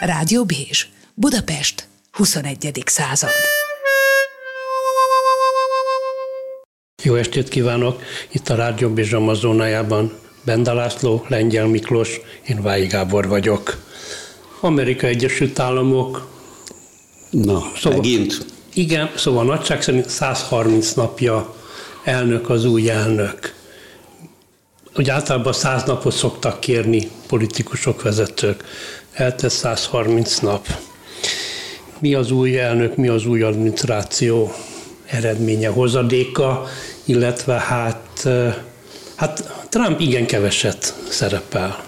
Rádió Bézs, Budapest, 21. század. Jó estét kívánok! Itt a Rádió Bézs Amazónájában Benda László, Lengyel Miklós, én Vályi Gábor vagyok. Amerikai Egyesült Államok. Na, szóval, megint? Igen, szóval nagyság szerint 130 napja elnök az új elnök. Ugye általában 100 napot szoktak kérni politikusok, vezetők. Eltesz 130 nap. Mi az új elnök, mi az új adminisztráció eredménye, hozadéka, illetve hát Trump igen keveset szerepel.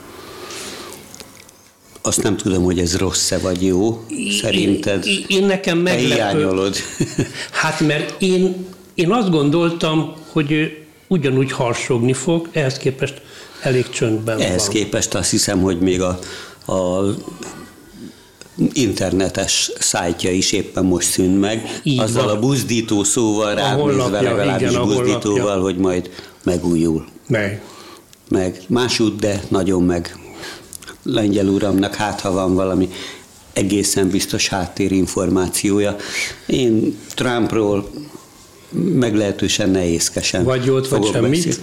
Azt nem tudom, hogy ez rossz-e vagy jó, szerinted? Én nekem meglepő. Hiányolod. Hát mert én azt gondoltam, hogy ő ugyanúgy harsogni fog, ehhez képest elég csöndben van. Ehhez képest azt hiszem, hogy még a internetes szájtja is éppen most szűnt meg. Így azzal van. A buzdító szóval ránézve, legalábbis igen, buzdítóval, hogy majd megújul. Meg másút, de nagyon meg. Lengyel uramnak ha van valami egészen biztos háttérinformációja. Én Trumpról meglehetősen nehézkesen vagy jót, vagy semmit?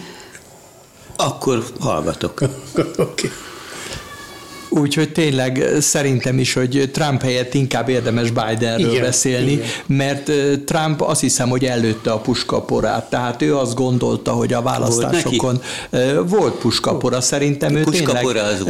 Akkor hallgatok. Okay. Úgyhogy tényleg szerintem is, hogy Trump helyett inkább érdemes Bidenről beszélni, igen. Mert Trump azt hiszem, hogy előtte a puskaporát. Tehát ő azt gondolta, hogy a választásokon volt puskapora. Szerintem ő tényleg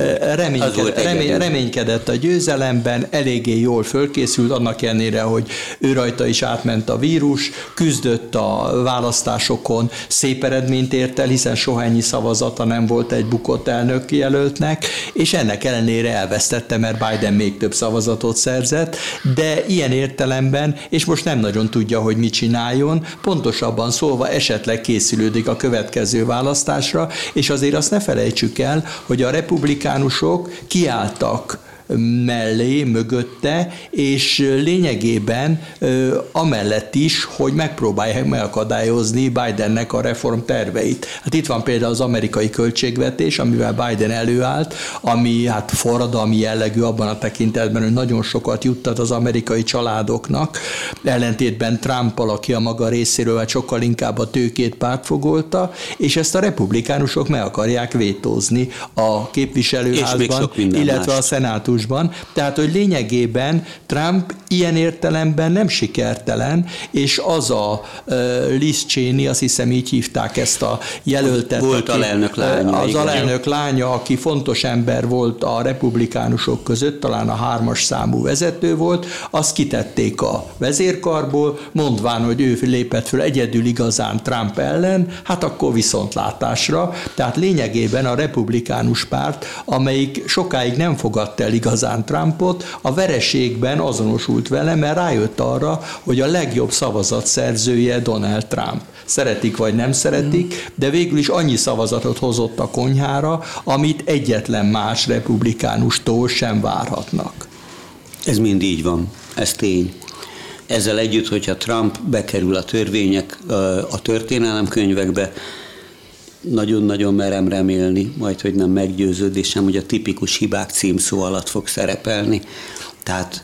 reménykedett a győzelemben, eléggé jól fölkészült, annak ellenére, hogy ő rajta is átment a vírus, küzdött a választásokon, szép eredményt ért el, hiszen soha ennyi szavazata nem volt egy bukott elnök jelöltnek, és ennek ellenére elvesztette, mert Biden még több szavazatot szerzett, de ilyen értelemben, és most nem nagyon tudja, hogy mit csináljon, pontosabban szólva esetleg készülődik a következő választásra, és azért azt ne felejtsük el, hogy a republikánusok kiálltak mellé, mögötte, és lényegében amellett is, hogy megpróbálják megakadályozni Bidennek a reformterveit. Hát itt van például az amerikai költségvetés, amivel Biden előállt, ami hát forradalmi jellegű abban a tekintetben, hogy nagyon sokat juttat az amerikai családoknak, ellentétben Trumpal, aki a maga részéről hát sokkal inkább a tőkét pártfogolta, és ezt a republikánusok meg akarják vétózni a képviselőházban, illetve a szenátusban. Tehát, hogy lényegében Trump ilyen értelemben nem sikertelen, és az a Liz Cheney, azt hiszem így hívták ezt a jelöltet. Volt alelnök lánya. Az alelnök lánya, aki fontos ember volt a republikánusok között, talán a 3-as számú vezető volt, azt kitették a vezérkarból, mondván, hogy ő lépett föl egyedül igazán Trump ellen, hát akkor viszontlátásra. Tehát lényegében a republikánus párt, amelyik sokáig nem fogadta el igazán Trumpot, a vereségben azonosult vele, mert rájött arra, hogy a legjobb szavazatszerzője Donald Trump. Szeretik vagy nem szeretik, de végül is annyi szavazatot hozott a konyhára, amit egyetlen más republikánustól sem várhatnak. Ez mind így van, ez tény. Ezzel együtt, hogyha Trump bekerül a törvények, a történelemkönyvekbe, nagyon-nagyon merem remélni, majd hogy nem meggyőződésem, hogy a tipikus hibák címszó alatt fog szerepelni. Tehát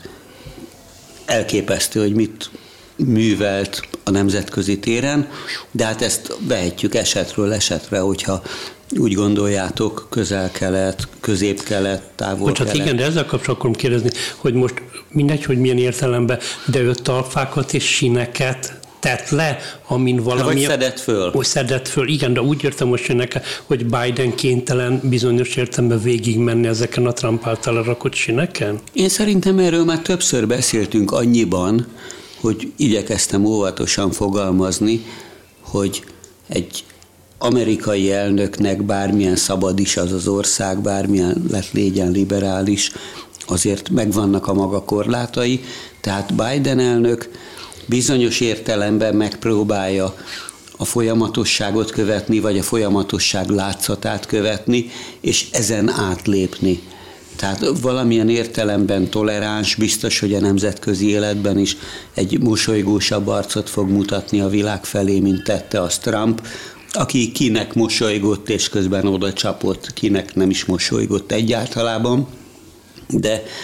elképesztő, hogy mit művelt a nemzetközi téren, de hát ezt vehetjük esetről esetre, hogyha úgy gondoljátok, Közel-Kelet, Közép-Kelet, Távol-Kelet. Igen, de ezzel kapcsolatban akarom kérdezni, hogy most mindegy, hogy milyen értelemben, de ő talpákat és sineket tett le, amin valami... Vagy szedett föl. Szedett föl, igen, de úgy értem most jönnek, hogy Biden kénytelen bizonyos értelemben végigmenni ezeken a Trump által rakott sineken? Én szerintem erről már többször beszéltünk annyiban, hogy igyekeztem óvatosan fogalmazni, hogy egy amerikai elnöknek bármilyen szabad is az az ország, bármilyen légyen liberális, azért megvannak a maga korlátai, tehát Biden elnök bizonyos értelemben megpróbálja a folyamatosságot követni, vagy a folyamatosság látszatát követni, és ezen átlépni. Tehát valamilyen értelemben toleráns, biztos, hogy a nemzetközi életben is egy mosolygósabb arcot fog mutatni a világ felé, mint tette azt Trump, aki kinek mosolygott, és közben oda csapott, kinek nem is mosolygott egyáltalában. De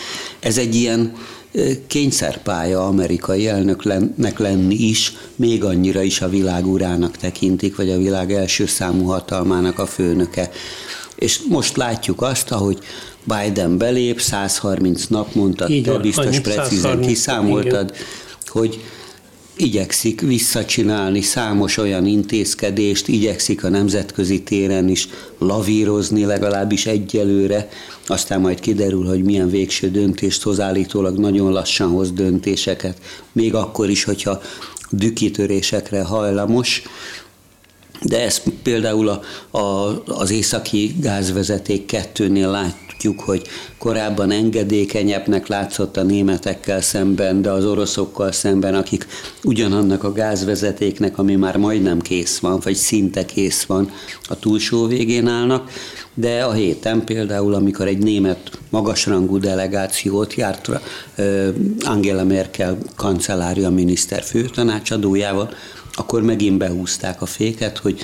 ez egy ilyen kényszerpálya amerikai elnöknek lenni is, még annyira is a világ urának tekintik, vagy a világ első számú hatalmának a főnöke. És most látjuk azt, ahogy Biden belép, 130 nap mondtad, te biztos precízen kiszámoltad, igen, hogy igyekszik visszacsinálni számos olyan intézkedést, igyekszik a nemzetközi téren is lavírozni, legalábbis egyelőre, aztán majd kiderül, hogy milyen végső döntést hoz, állítólag nagyon lassan hoz döntéseket, még akkor is, hogyha dükitörésekre hajlamos. De ezt például az északi gázvezeték 2-nél látjuk, hogy korábban engedékenyebbnek látszott a németekkel szemben, de az oroszokkal szemben, akik ugyanannak a gázvezetéknek, ami már majdnem kész van, vagy szinte kész van, a túlsó végén állnak. De a héten például, amikor egy német magasrangú delegációt járt Angela Merkel kancellárja miniszter főtanácsadójával, akkor megint behúzták a féket, hogy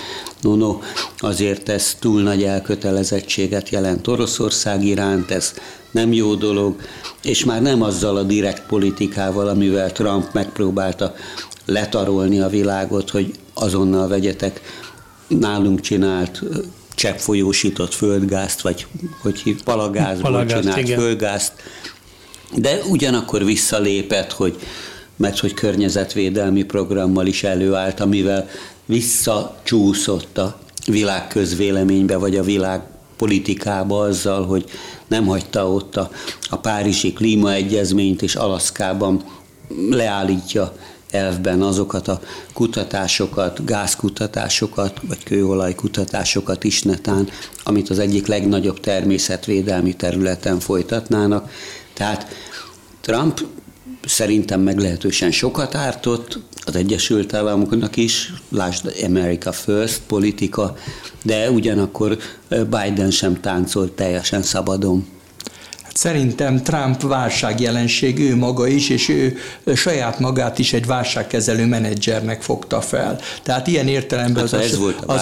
azért ez túl nagy elkötelezettséget jelent Oroszország iránt, ez nem jó dolog, és már nem azzal a direkt politikával, amivel Trump megpróbálta letarolni a világot, hogy azonnal vegyetek nálunk csinált cseppfolyósított földgázt, vagy hogy palagázból csinált igen, földgázt, de ugyanakkor visszalépett, mert hogy környezetvédelmi programmal is előállt, amivel visszacsúszott a világ közvéleménybe, vagy a világ politikába azzal, hogy nem hagyta ott a Párizsi klímaegyezményt, és Alaszkában leállítja elvben azokat a kutatásokat, gázkutatásokat, vagy kőolajkutatásokat is netán, amit az egyik legnagyobb természetvédelmi területen folytatnának. Tehát Trump szerintem meglehetősen sokat ártott az Egyesült Államoknak is, lásd America First politika, de ugyanakkor Biden sem táncolt teljesen szabadon. Szerintem Trump válságjelenség, ő maga is, és ő saját magát is egy válságkezelő menedzsernek fogta fel. Tehát ilyen értelemben az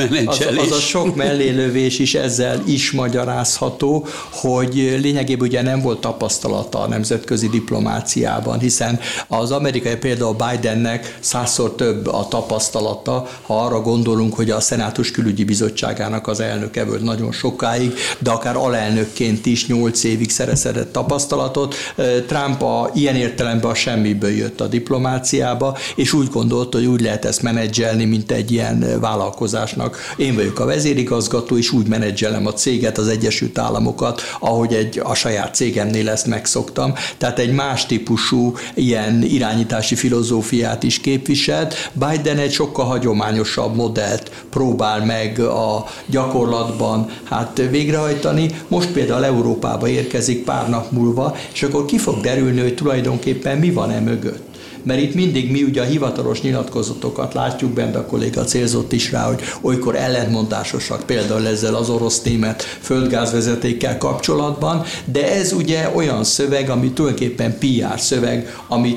a sok mellélövés is ezzel is magyarázható, hogy lényegében ugye nem volt tapasztalata a nemzetközi diplomáciában, hiszen az amerikai például Bidennek 100-szor több a tapasztalata, ha arra gondolunk, hogy a Szenátus Külügyi Bizottságának az elnöke volt nagyon sokáig, de akár alelnökként is 8 évig szerezett tapasztalatot. Trump ilyen értelemben a semmiből jött a diplomáciába, és úgy gondolta, hogy úgy lehet ezt menedzselni, mint egy ilyen vállalkozásnak. Én vagyok a vezérigazgató, és úgy menedzselem a céget, az Egyesült Államokat, ahogy a saját cégemnél ezt megszoktam. Tehát egy más típusú ilyen irányítási filozófiát is képviselt. Biden egy sokkal hagyományosabb modellt próbál meg a gyakorlatban végrehajtani. Most például Európába érkezik pár nap múlva, és akkor ki fog derülni, hogy tulajdonképpen mi van mögött. Mert itt mindig mi ugye a hivatalos nyilatkozatokat látjuk, benne a kolléga célzott is rá, hogy olykor ellentmondásosak például ezzel az orosz-német földgázvezetékkel kapcsolatban, de ez ugye olyan szöveg, ami tulajdonképpen PR szöveg, amit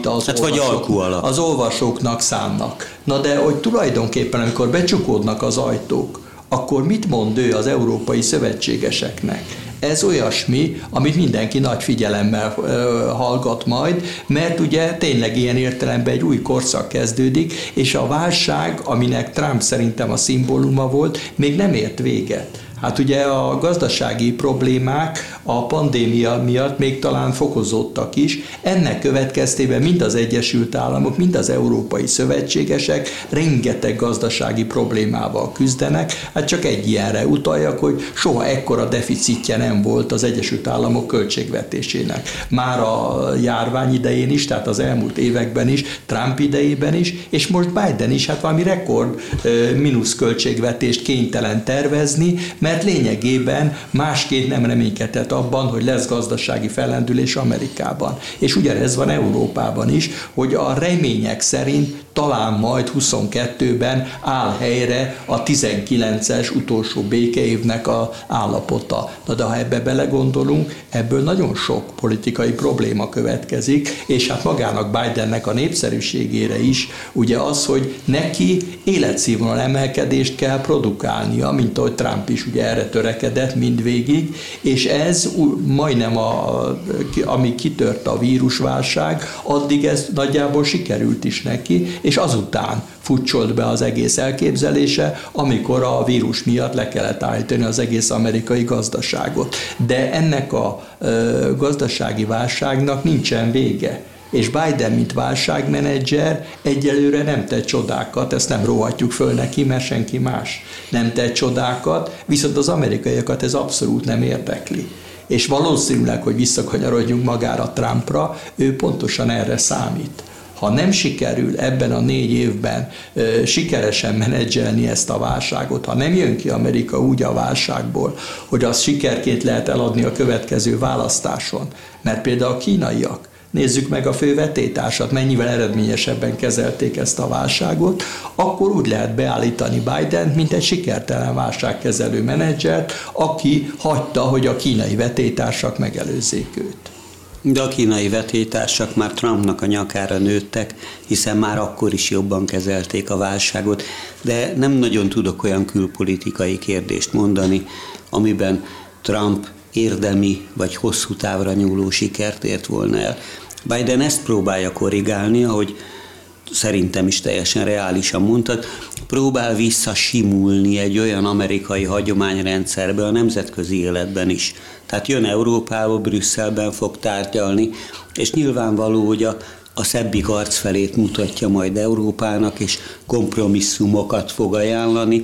az olvasóknak szánnak. Na de hogy tulajdonképpen, amikor becsukódnak az ajtók, akkor mit mond ő az európai szövetségeseknek? Ez olyasmi, amit mindenki nagy figyelemmel hallgat majd, mert ugye tényleg ilyen értelemben egy új korszak kezdődik, és a válság, aminek Trump szerintem a szimbóluma volt, még nem ért véget. Hát ugye a gazdasági problémák a pandémia miatt még talán fokozódtak is. Ennek következtében mind az Egyesült Államok, mind az európai szövetségesek rengeteg gazdasági problémával küzdenek. Hát csak egy ilyenre utaljak, hogy soha ekkora deficitje nem volt az Egyesült Államok költségvetésének. Már a járvány idején is, tehát az elmúlt években is, Trump idejében is, és most Biden is, hát valami rekord mínusz költségvetést kénytelen tervezni, mert lényegében másként nem reménykedett abban, hogy lesz gazdasági fellendülés Amerikában. És ugyanez van Európában is, hogy a remények szerint talán majd 22-ben áll helyre a 19-es utolsó békeévnek a állapota. Na de ha ebbe belegondolunk, ebből nagyon sok politikai probléma következik, és hát magának Bidennek a népszerűségére is ugye az, hogy neki életszínvonal emelkedést kell produkálnia, mint ahogy Trump is ugye erre törekedett mindvégig, és ez majdnem amíg kitört a vírusválság, addig ez nagyjából sikerült is neki, és azután futcsolt be az egész elképzelése, amikor a vírus miatt le kellett állítani az egész amerikai gazdaságot. De ennek a gazdasági válságnak nincsen vége. És Biden, mint válságmenedzser egyelőre nem tett csodákat, ezt nem róhatjuk föl neki, mert senki más nem tett csodákat, viszont az amerikaiakat ez abszolút nem érdekli. És valószínűleg, hogy visszakanyarodjunk magára Trumpra, ő pontosan erre számít. Ha nem sikerül ebben a 4 évben sikeresen menedzselni ezt a válságot, ha nem jön ki Amerika úgy a válságból, hogy azt sikerként lehet eladni a következő választáson, mert például a kínaiak, nézzük meg a fő vetélytársat, mennyivel eredményesebben kezelték ezt a válságot, akkor úgy lehet beállítani Bident, mint egy sikertelen válságkezelő menedzsert, aki hagyta, hogy a kínai vetélytársak megelőzzék őt. De a kínai vetélytársak már Trumpnak a nyakára nőttek, hiszen már akkor is jobban kezelték a válságot, de nem nagyon tudok olyan külpolitikai kérdést mondani, amiben Trump érdemi vagy hosszú távra nyúló sikert ért volna el. Biden ezt próbálja korrigálni, ahogy szerintem is teljesen reálisan mondtad, próbál visszasimulni egy olyan amerikai hagyományrendszerbe a nemzetközi életben is. Tehát jön Európába, Brüsszelben fog tárgyalni, és nyilvánvaló, hogy a szebbik arcfelét mutatja majd Európának, és kompromisszumokat fog ajánlani,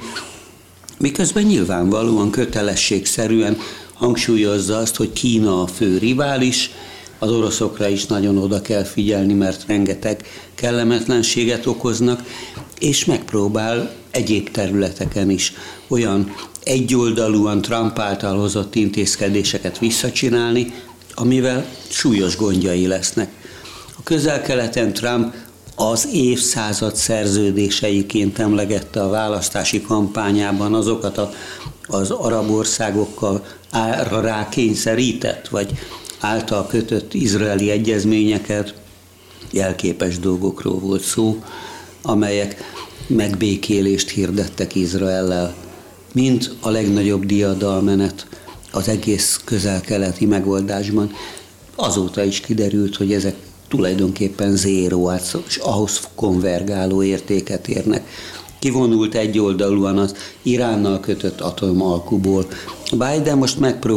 miközben nyilvánvalóan kötelességszerűen hangsúlyozza azt, hogy Kína a fő rivális, az oroszokra is nagyon oda kell figyelni, mert rengeteg kellemetlenséget okoznak, és megpróbál egyéb területeken is olyan egyoldalúan Trump által hozott intézkedéseket visszacsinálni, amivel súlyos gondjai lesznek. A Közel-Keleten Trump az évszázad szerződéseiként emlegette a választási kampányában azokat az arab országokkal rákényszerített, vagy által kötött izraeli egyezményeket, jelképes dolgokról volt szó, amelyek megbékélést hirdettek Izraellel, mint a legnagyobb diadalmenet az egész közel-keleti megoldásban. Azóta is kiderült, hogy ezek tulajdonképpen zéró, és ahhoz konvergáló értéket érnek. Kivonult egyoldalúan az Iránnal kötött atomalkuból. Biden most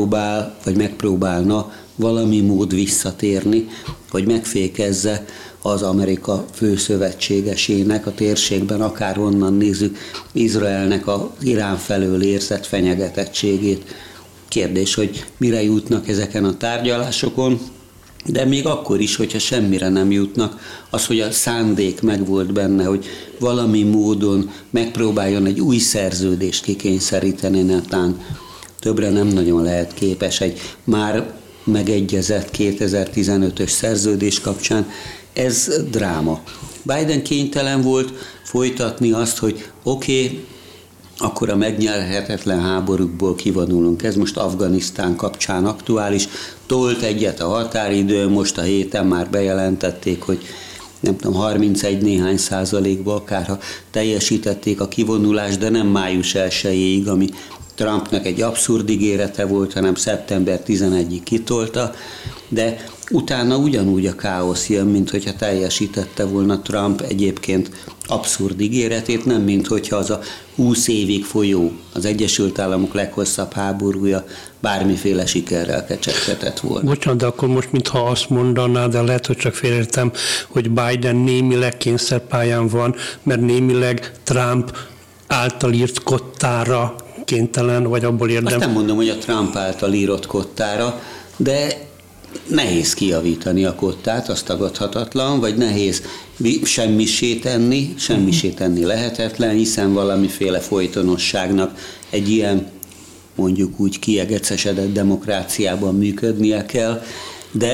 megpróbálna valami mód visszatérni, hogy megfékezze az Amerika főszövetségesének a térségben, akárhonnan nézzük, Izraelnek az Irán felől érzett fenyegetettségét. Kérdés, hogy mire jutnak ezeken a tárgyalásokon, de még akkor is, hogyha semmire nem jutnak, az, hogy a szándék megvolt benne, hogy valami módon megpróbáljon egy új szerződést kikényszeríteni, netán többre nem nagyon lehet képes egy már megegyezett 2015-ös szerződés kapcsán, ez dráma. Biden kénytelen volt folytatni azt, hogy oké, akkor a megnyerhetetlen háborúkból kivonulunk. Ez most Afganisztán kapcsán aktuális. Tolt egyet a határidő, most a héten már bejelentették, hogy nem tudom, 31 néhány százalékba akár teljesítették a kivonulást, de nem május 1-ig, ami Trumpnak egy abszurd ígérete volt, hanem szeptember 11-ig kitolta, de utána ugyanúgy a káosz jön, mint hogyha teljesítette volna Trump egyébként abszurd ígéretét, nem mint hogyha az a 20 évig folyó, az Egyesült Államok leghosszabb háborúja bármiféle sikerrel kecsegtetett volna. Bocsánat, de akkor most mintha azt mondaná, de lehet, hogy csak félértem, hogy Biden némileg kényszerpályán van, mert némileg Trump által írt kottára kénytelen, vagy abból érdem. Azt nem mondom, hogy a Trump által írott kottára, de nehéz kijavítani a kottát, az tagadhatatlan, vagy nehéz semmisé tenni lehetetlen, hiszen valamiféle folytonosságnak egy ilyen, mondjuk úgy kiegecesedett demokráciában működnie kell, de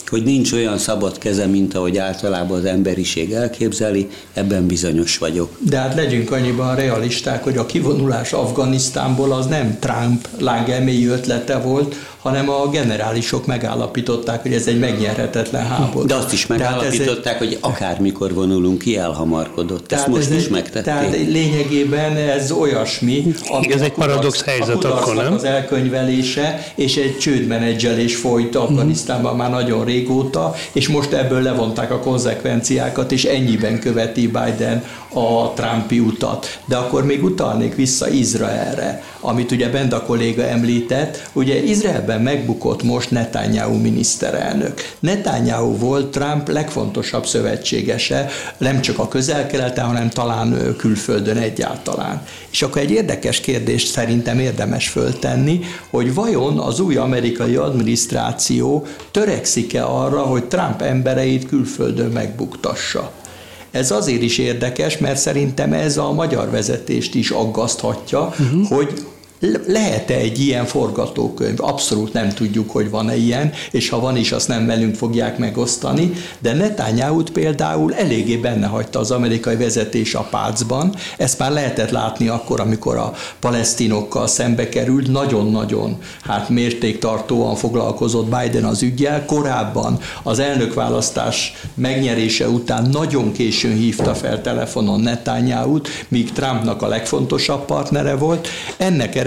hogy nincs olyan szabad keze, mint ahogy általában az emberiség elképzeli, ebben bizonyos vagyok. De hát legyünk annyiban realisták, hogy a kivonulás Afganisztánból az nem Trump lángolmai ötlete volt, hanem a generálisok megállapították, hogy ez egy megnyerhetetlen háború. De azt is megállapították, hogy akármikor vonulunk ki, elhamarkodott. Ezt most is megtették. Tehát lényegében ez olyasmi, ami ez egy paradox helyzet, akkor nem? Az elkönyvelése, és egy csődmenedzselés folyt Afganisztánban már nagyon régóta, és most ebből levonták a konzekvenciákat, és ennyiben követi Biden a Trumpi utat. De akkor még utalnék vissza Izraelre, amit ugye Benda kolléga említett. Ugye Izraelben megbukott most Netanyahu miniszterelnök. Netanyahu volt Trump legfontosabb szövetségese, nem csak a Közel-Keleten, hanem talán külföldön egyáltalán. És akkor egy érdekes kérdést szerintem érdemes föltenni, hogy vajon az új amerikai adminisztráció törekszik-e arra, hogy Trump embereit külföldön megbuktassa. Ez azért is érdekes, mert szerintem ez a magyar vezetést is aggaszthatja, hogy lehet-e egy ilyen forgatókönyv? Abszolút nem tudjuk, hogy van-e ilyen, és ha van is, azt nem velünk fogják megosztani, de Netanyahut például eléggé benne hagyta az amerikai vezetés a pácban. Ezt már lehetett látni akkor, amikor a palesztinokkal szembe került, nagyon-nagyon mértéktartóan foglalkozott Biden az üggyel. Korábban az elnökválasztás megnyerése után nagyon későn hívta fel telefonon Netanyahut, míg Trumpnak a legfontosabb partnere volt. Ennek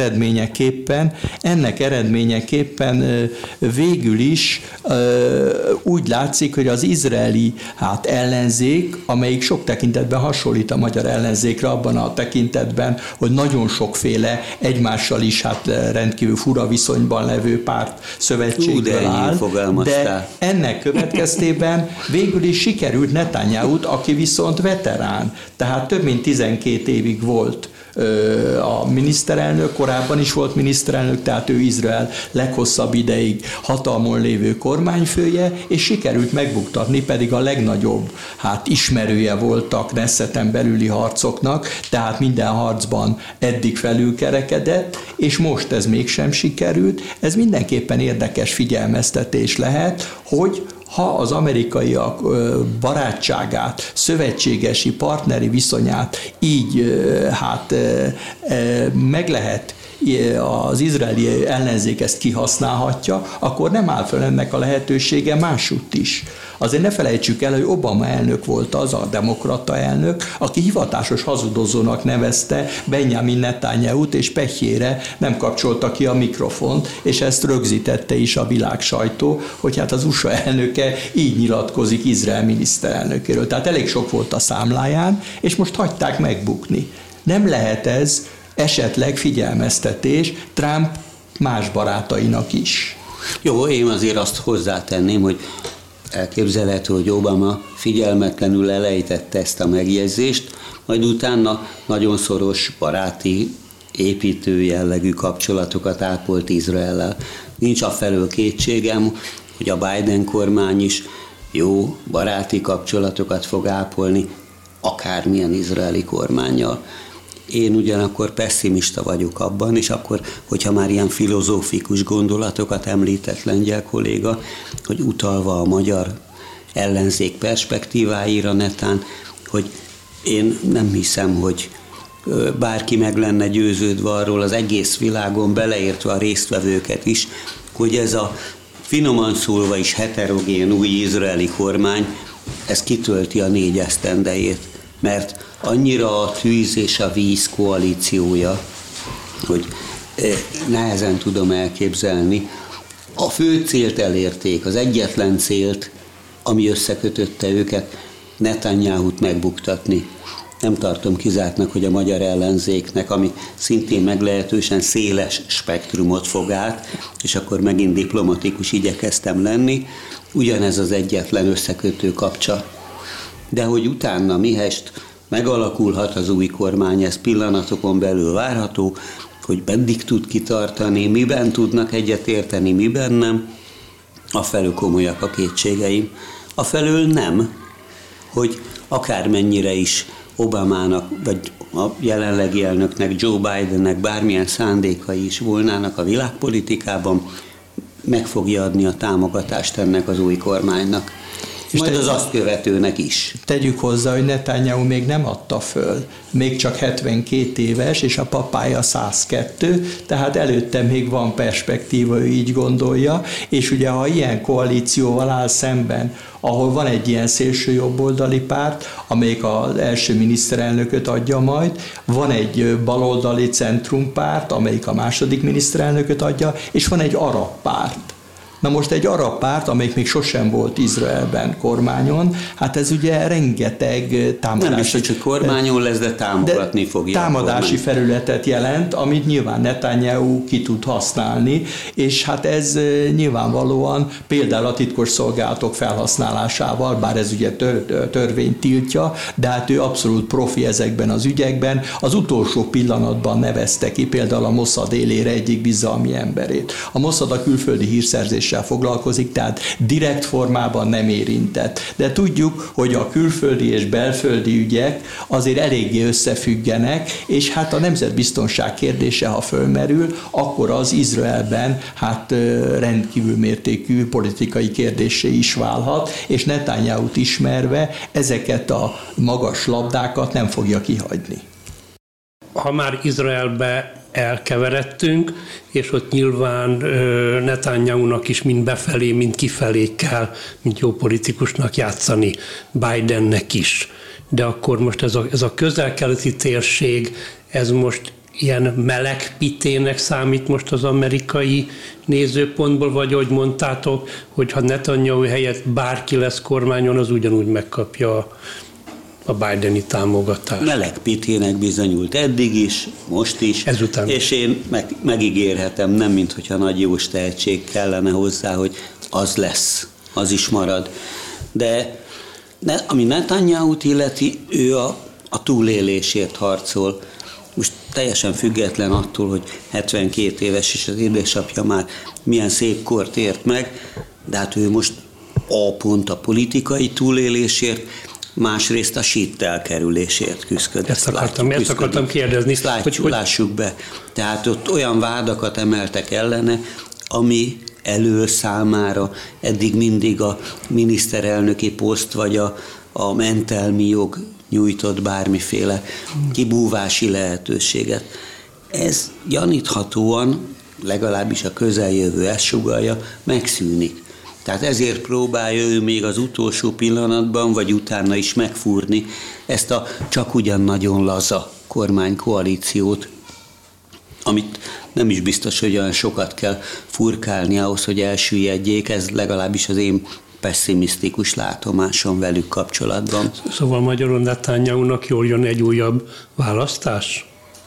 eredményeképpen végül is úgy látszik, hogy az izraeli ellenzék, amelyik sok tekintetben hasonlít a magyar ellenzékre abban a tekintetben, hogy nagyon sokféle egymással is rendkívül fura viszonyban levő párt szövetségből áll, de ennek következtében végül is sikerült Netanyahut, aki viszont veterán, tehát több mint 12 évig volt a miniszterelnök, korábban is volt miniszterelnök, tehát ő Izrael leghosszabb ideig hatalmon lévő kormányfője, és sikerült megbuktatni, pedig a legnagyobb ismerője volt a Knesseten belüli harcoknak, tehát minden harcban eddig felülkerekedett, és most ez mégsem sikerült. Ez mindenképpen érdekes figyelmeztetés lehet, hogy ha az amerikaiak barátságát, szövetségesi, partneri viszonyát így meg lehet, az izraeli ellenzék ezt kihasználhatja, akkor nem áll fel ennek a lehetősége másútt is. Azért ne felejtsük el, hogy Obama elnök volt az a demokrata elnök, aki hivatásos hazudozónak nevezte Benjamin Netanyahut, és pehjére nem kapcsolta ki a mikrofont, és ezt rögzítette is a világ sajtó, hogy az USA elnöke így nyilatkozik Izrael miniszterelnökéről. Tehát elég sok volt a számláján, és most hagyták megbukni. Nem lehet ez esetleg figyelmeztetés Trump más barátainak is? Jó, én azért azt hozzátenném, hogy elképzelhető, hogy Obama figyelmetlenül elejtette ezt a megjegyzést, majd utána nagyon szoros, baráti, építő jellegű kapcsolatokat ápolt Izraellel. Nincs afelől kétségem, hogy a Biden kormány is jó, baráti kapcsolatokat fog ápolni akármilyen izraeli kormánnyal. Én ugyanakkor pessimista vagyok abban, és akkor, hogyha már ilyen filozófikus gondolatokat említett lengyel kolléga, hogy utalva a magyar ellenzék perspektíváira netán, hogy én nem hiszem, hogy bárki meg lenne győződve arról az egész világon, beleértve a résztvevőket is, hogy ez a finoman szólva is heterogén új izraeli kormány, ez kitölti a 4 esztendejét, mert annyira a tűz és a víz koalíciója, hogy nehezen tudom elképzelni. A fő célt elérték, az egyetlen célt, ami összekötötte őket, Netanyahut megbuktatni. Nem tartom kizártnak, hogy a magyar ellenzéknek, ami szintén meglehetősen széles spektrumot fog át, és akkor megint diplomatikus igyekeztem lenni, ugyanez az egyetlen összekötő kapcsa. De hogy utána mihest megalakulhat az új kormány, ez pillanatokon belül várható, hogy meddig tud kitartani, miben tudnak egyetérteni, miben nem, afelől komolyak a kétségeim. Afelől nem, hogy akármennyire is Obamának, vagy a jelenlegi elnöknek, Joe Bidennek bármilyen szándékai is volnának a világpolitikában, meg fogja adni a támogatást ennek az új kormánynak. És majd az azt követőnek is. Tegyük hozzá, hogy Netanyahu még nem adta föl. Még csak 72 éves, és a papája 102, tehát előtte még van perspektíva, ő így gondolja, és ugye ha ilyen koalícióval áll szemben, ahol van egy ilyen szélső jobboldali párt, amelyik az első miniszterelnököt adja majd, van egy baloldali centrumpárt, amelyik a második miniszterelnököt adja, és van egy arab párt. Na most egy arab párt, amelyik még sosem volt Izraelben kormányon, hát ez ugye rengeteg támadási... Nem biztos, hogy kormányon lesz, de támogatni fogja. Támadási felületet jelent, amit nyilván Netanyahu ki tud használni, és hát ez nyilvánvalóan például a titkosszolgálatok felhasználásával, bár ez ugye törvény tiltja, de hát ő abszolút profi ezekben az ügyekben. Az utolsó pillanatban nevezte ki például a Mossad élére egyik bizalmi emberét. A Mossad a külföldi hírszerzés foglalkozik, tehát direkt formában nem érintett. De tudjuk, hogy a külföldi és belföldi ügyek azért eléggé összefüggenek, és hát a nemzetbiztonság kérdése, ha fölmerül, akkor az Izraelben hát rendkívül mértékű politikai kérdéssé is válhat, és Netanyahut ismerve ezeket a magas labdákat nem fogja kihagyni. Ha már Izraelbe elkeveredtünk, és ott nyilván Netanyahunak is mind befelé, mind kifelé kell, mint jó politikusnak játszani, Bidennek is. De akkor most ez a közel-keleti térség, ez most ilyen meleg pitének számít most az amerikai nézőpontból, vagy ahogy mondtátok, hogy ha Netanyahu helyett bárki lesz kormányon, az ugyanúgy megkapja a Bideni támogatás. Meleg pitének bizonyult eddig is, most is, ezután. És én megígérhetem, nem minthogyha nagy jós tehetség kellene hozzá, hogy az lesz, az is marad. De ami Netanyahut illeti, ő a túlélésért harcol. Most teljesen független attól, hogy 72 éves, és az édesapja már milyen szép kort ért meg, de hát ő most pont a politikai túlélésért, másrészt a sítt elkerülésért küszködik. Ezt akartam kérdezni. Lássuk be. Tehát ott olyan vádakat emeltek ellene, ami elől számára eddig mindig a miniszterelnöki poszt vagy a mentelmi jog nyújtott bármiféle kibúvási lehetőséget. Ez gyaníthatóan, legalábbis a közeljövő ezt sugallja, megszűnik. Tehát ezért próbálja ő még az utolsó pillanatban, vagy utána is megfúrni ezt a csak ugyan nagyon laza kormánykoalíciót, amit nem is biztos, hogy olyan sokat kell furkálni ahhoz, hogy elsüllyedjék, ez legalábbis az én pessimisztikus látomásom velük kapcsolatban. Szóval magyarul Netanyahunak jól jön egy újabb választás?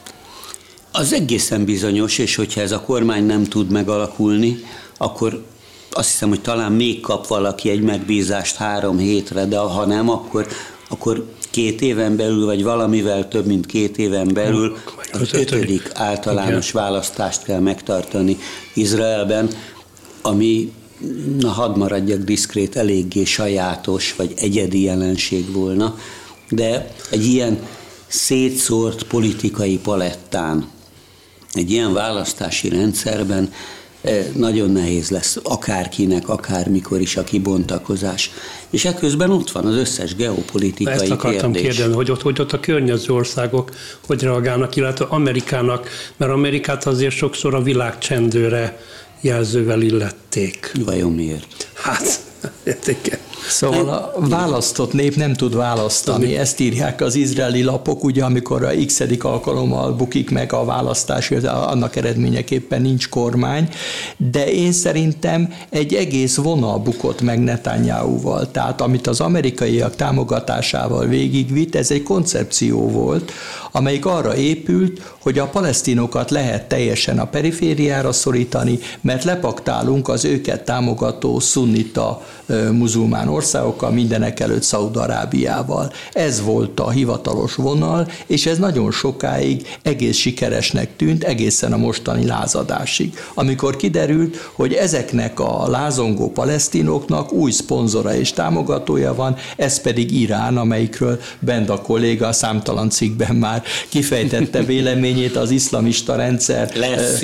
Az egészen bizonyos, és hogyha ez a kormány nem tud megalakulni, akkor azt hiszem, hogy talán még kap valaki egy megbízást 3 hétre, de ha nem, akkor 2 éven belül, vagy valamivel több, mint 2 éven belül az 5. általános választást kell megtartani Izraelben, ami, na hadd maradjak diszkrét, eléggé sajátos, vagy egyedi jelenség volna, de egy ilyen szétszórt politikai palettán, egy ilyen választási rendszerben nagyon nehéz lesz akárkinek, akármikor is a kibontakozás. És ekközben ott van az összes geopolitikai kérdés. Ezt akartam kérdezni, hogy ott a környező országok hogy reagálnak, illetve Amerikának, mert Amerikát azért sokszor a világ csendőre jelzővel illették. Vajon miért? Hát, értéke. Szóval a választott nép nem tud választani, ezt írják az izraeli lapok, ugye amikor a x-edik alkalommal bukik meg a választás, annak eredményeképpen nincs kormány, de én szerintem egy egész vonal bukott meg Netanyahuval, tehát amit az amerikaiak támogatásával végigvitt, ez egy koncepció volt, amelyik arra épült, hogy a palesztinokat lehet teljesen a perifériára szorítani, mert lepaktálunk az őket támogató szunnita muzulmán országokkal, mindenek előtt Szaúd-Arábiával. Ez volt a hivatalos vonal, és ez nagyon sokáig egész sikeresnek tűnt, egészen a mostani lázadásig. Amikor kiderült, hogy ezeknek a lázongó palesztinoknak új szponzora és támogatója van, ez pedig Irán, amelyikről Benda kolléga számtalan cikkben már már kifejtette véleményét az iszlamista rendszer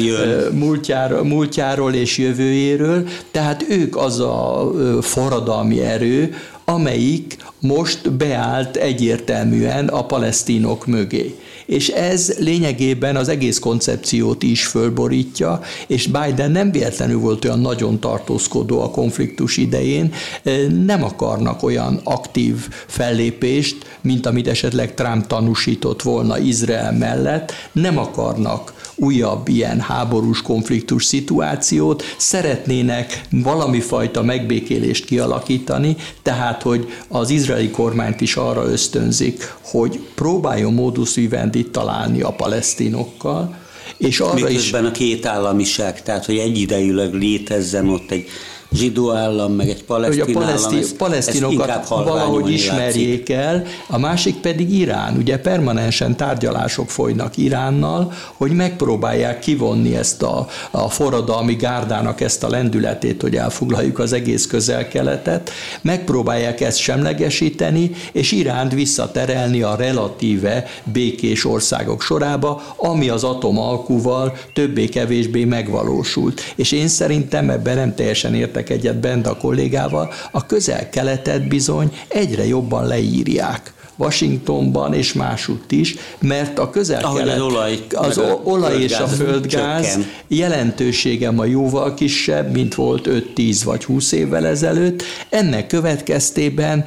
múltjáról és jövőjéről, tehát ők az a forradalmi erő, amelyik most beállt egyértelműen a palesztinok mögé. És ez lényegében az egész koncepciót is fölborítja, és Biden nem véletlenül volt olyan nagyon tartózkodó a konfliktus idején, nem akarnak olyan aktív fellépést, mint amit esetleg Trump tanúsított volna Izrael mellett, nem akarnak újabb ilyen háborús konfliktus szituációt, szeretnének valami fajta megbékélést kialakítani, tehát hogy az izraeli kormányt is arra ösztönzik, hogy próbáljon modus vivendit találni a palesztinokkal, és arra miközben a két államiság, tehát hogy egyidejűleg létezzen ott egy zsidó állam, meg egy palesztin állam, palesztinokat valahogy ismerjék el, a másik pedig Irán. Ugye permanensen tárgyalások folynak Iránnal, hogy megpróbálják kivonni ezt a forradalmi gárdának ezt a lendületét, hogy elfoglaljuk az egész Közel-Keletet, megpróbálják ezt semlegesíteni, és Iránt visszaterelni a relatíve békés országok sorába, ami az atomalkuval többé-kevésbé megvalósult. És én szerintem ebben nem teljesen értek egyet Benda kollégával, a Közel-Keletet bizony egyre jobban leírják. Washingtonban és másutt is, mert a Közel-Kelet, az olaj és a földgáz csökken. Jelentősége ma jóval kisebb, mint volt 5-10 vagy 20 évvel ezelőtt. Ennek következtében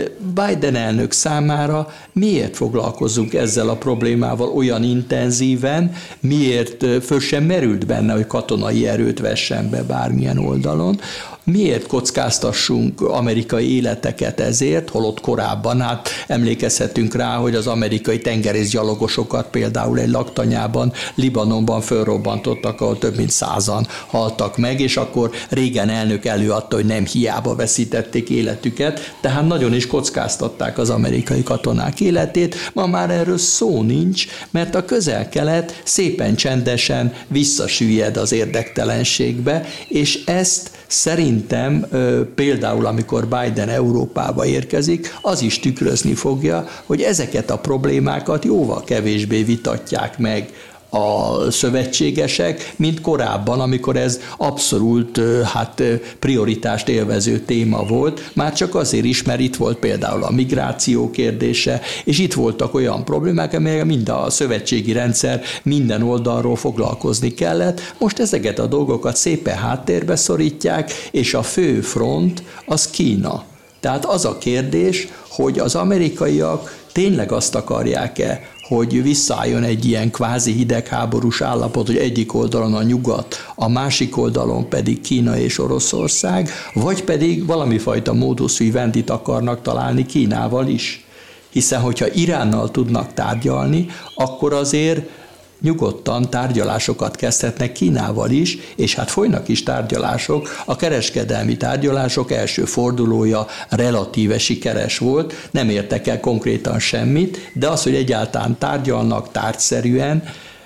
Biden elnök számára miért foglalkozunk ezzel a problémával olyan intenzíven, miért föl sem merült benne, hogy katonai erőt vessen be bármilyen oldalon, miért kockáztassunk amerikai életeket ezért, holott korábban emlékezhetünk rá, hogy az amerikai tengerészgyalogosokat például egy laktanyában, Libanonban fölrobbantottak, ahol több mint 100-an haltak meg, és akkor Reagan elnök előadta, hogy nem hiába veszítették életüket, tehát nagyon is kockáztatták az amerikai katonák életét. Ma már erről szó nincs, mert a Közel-Kelet szépen csendesen visszasüllyed az érdektelenségbe, és ezt szerintem például, amikor Biden Európába érkezik, az is tükrözni fogja, hogy ezeket a problémákat jóval kevésbé vitatják meg a szövetségesek, mint korábban, amikor ez abszolút prioritást élvező téma volt, már csak azért is, mert itt volt például a migráció kérdése, és itt voltak olyan problémák, amelyek mind a szövetségi rendszer minden oldalról foglalkozni kellett. Most ezeket a dolgokat szépen háttérbe szorítják, és a fő front az Kína. Tehát az a kérdés, hogy az amerikaiak tényleg azt akarják-e, hogy visszaálljon egy ilyen kvázi hidegháborús állapot, hogy egyik oldalon a nyugat, a másik oldalon pedig Kína és Oroszország, vagy pedig valami fajta modus vivendit akarnak találni Kínával is. Hiszen, hogyha Iránnal tudnak tárgyalni, akkor azért nyugodtan tárgyalásokat kezdhetnek Kínával is, és hát folynak is tárgyalások. A kereskedelmi tárgyalások első fordulója relatíve sikeres volt, nem értek el konkrétan semmit, de az, hogy egyáltalán tárgyalnak tárgyszerűen,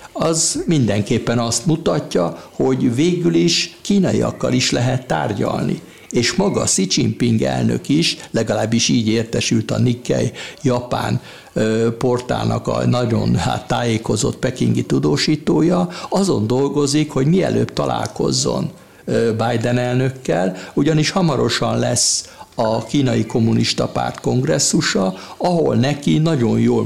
az mindenképpen azt mutatja, hogy végül is kínaiakkal is lehet tárgyalni. És maga Xi Jinping elnök is, legalábbis így értesült a Nikkei japán portálnak a nagyon tájékozott pekingi tudósítója, azon dolgozik, hogy mielőbb találkozzon Biden elnökkel, ugyanis hamarosan lesz a kínai kommunista párt kongresszusa, ahol neki nagyon jól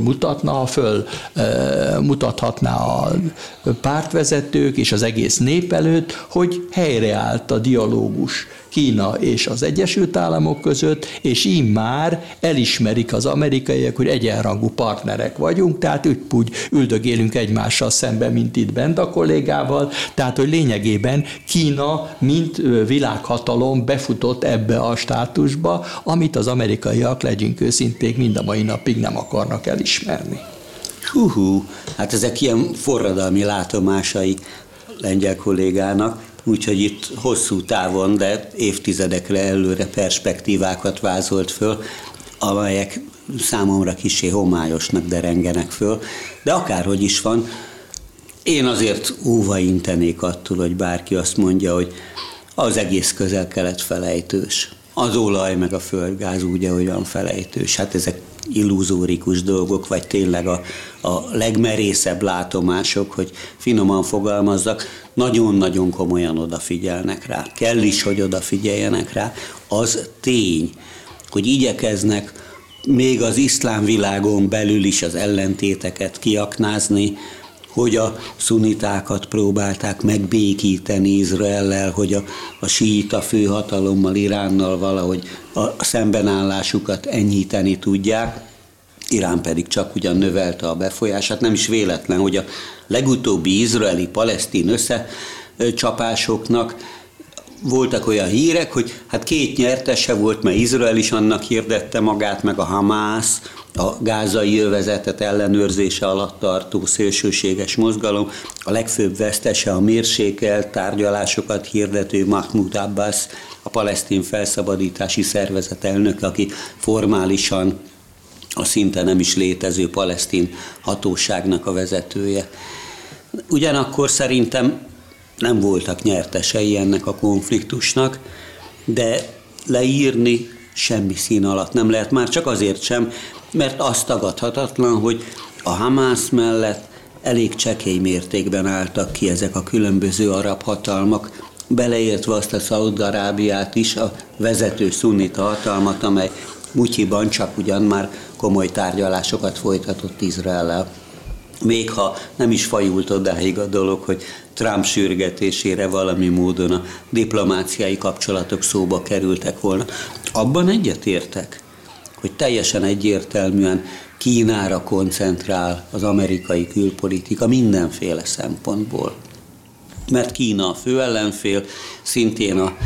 mutathatná a pártvezetők és az egész nép előtt, hogy helyreállt a dialógus Kína és az Egyesült Államok között, és így már elismerik az amerikaiak, hogy egyenrangú partnerek vagyunk, tehát úgy üldögélünk egymással szemben, mint itt Benda kollégával, tehát hogy lényegében Kína, mint világhatalom befutott ebbe a státusba, amit az amerikaiak, legyünk őszinték, mind a mai napig nem akarnak elismerni. Hát ezek ilyen forradalmi látomásai lengyel kollégának, úgyhogy itt hosszú távon, de évtizedekre előre perspektívákat vázolt föl, amelyek számomra kissé homályosnak derengenek föl, de akárhogy is van, én azért óva intenék attól, hogy bárki azt mondja, hogy az egész Közel-Kelet felejtős. Az olaj meg a földgáz úgy, ahogy van felejtős. Hát ezek illuzórikus dolgok, vagy tényleg a legmerészebb látomások, hogy finoman fogalmazzak, nagyon-nagyon komolyan odafigyelnek rá. Kell is, hogy odafigyeljenek rá. Az tény, hogy igyekeznek még az iszlám világon belül is az ellentéteket kiaknázni, hogy a szunitákat próbálták megbékíteni Izraellel, hogy a síita főhatalommal, Iránnal valahogy a szembenállásukat enyhíteni tudják. Irán pedig csak ugyan növelte a befolyását. Nem is véletlen, hogy a legutóbbi izraeli-palesztin összecsapásoknak voltak olyan hírek, hogy hát 2 nyertese volt, mert Izrael is annak hirdette magát, meg a Hamász, a gázai övezetet ellenőrzése alatt tartó szélsőséges mozgalom, a legfőbb vesztese a mérsékelt tárgyalásokat hirdető Mahmoud Abbas, a palesztin felszabadítási szervezet elnöke, aki formálisan a szinte nem is létező palesztin hatóságnak a vezetője. Ugyanakkor szerintem nem voltak nyertesei ennek a konfliktusnak, de leírni semmi szín alatt nem lehet, már csak azért sem, mert az tagadhatatlan, hogy a Hamász mellett elég csekély mértékben álltak ki ezek a különböző arab hatalmak, beleértve azt a Szaúd-Arábiát is, a vezető szunnita hatalmat, amely Mutyiban csak ugyan már komoly tárgyalásokat folytatott Izraellel. Még ha nem is fajult odáig a dolog, hogy Trump sürgetésére valami módon a diplomáciai kapcsolatok szóba kerültek volna. Abban egyetértek, hogy teljesen egyértelműen Kínára koncentrál az amerikai külpolitika mindenféle szempontból. Mert Kína a fő ellenfél, szintén a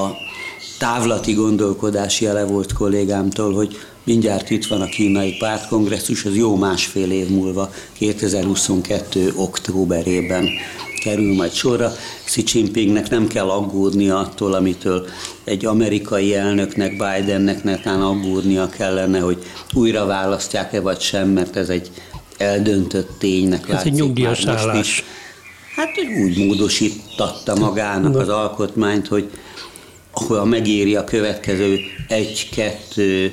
távlati gondolkodás jele volt kollégámtól, hogy mindjárt itt van a kínai pártkongresszus, az jó 1,5 év múlva, 2022. októberében kerül majd sorra. Xi Jinpingnek nem kell aggódnia attól, amitől egy amerikai elnöknek, Bidennek netán aggódnia kellene, hogy újra választják-e vagy sem, mert ez egy eldöntött ténynek látszik. Ez egy nyugdíjas állás. Hát, hogy úgy módosítatta magának az alkotmányt, hogy ha megéri a következő 1, 2,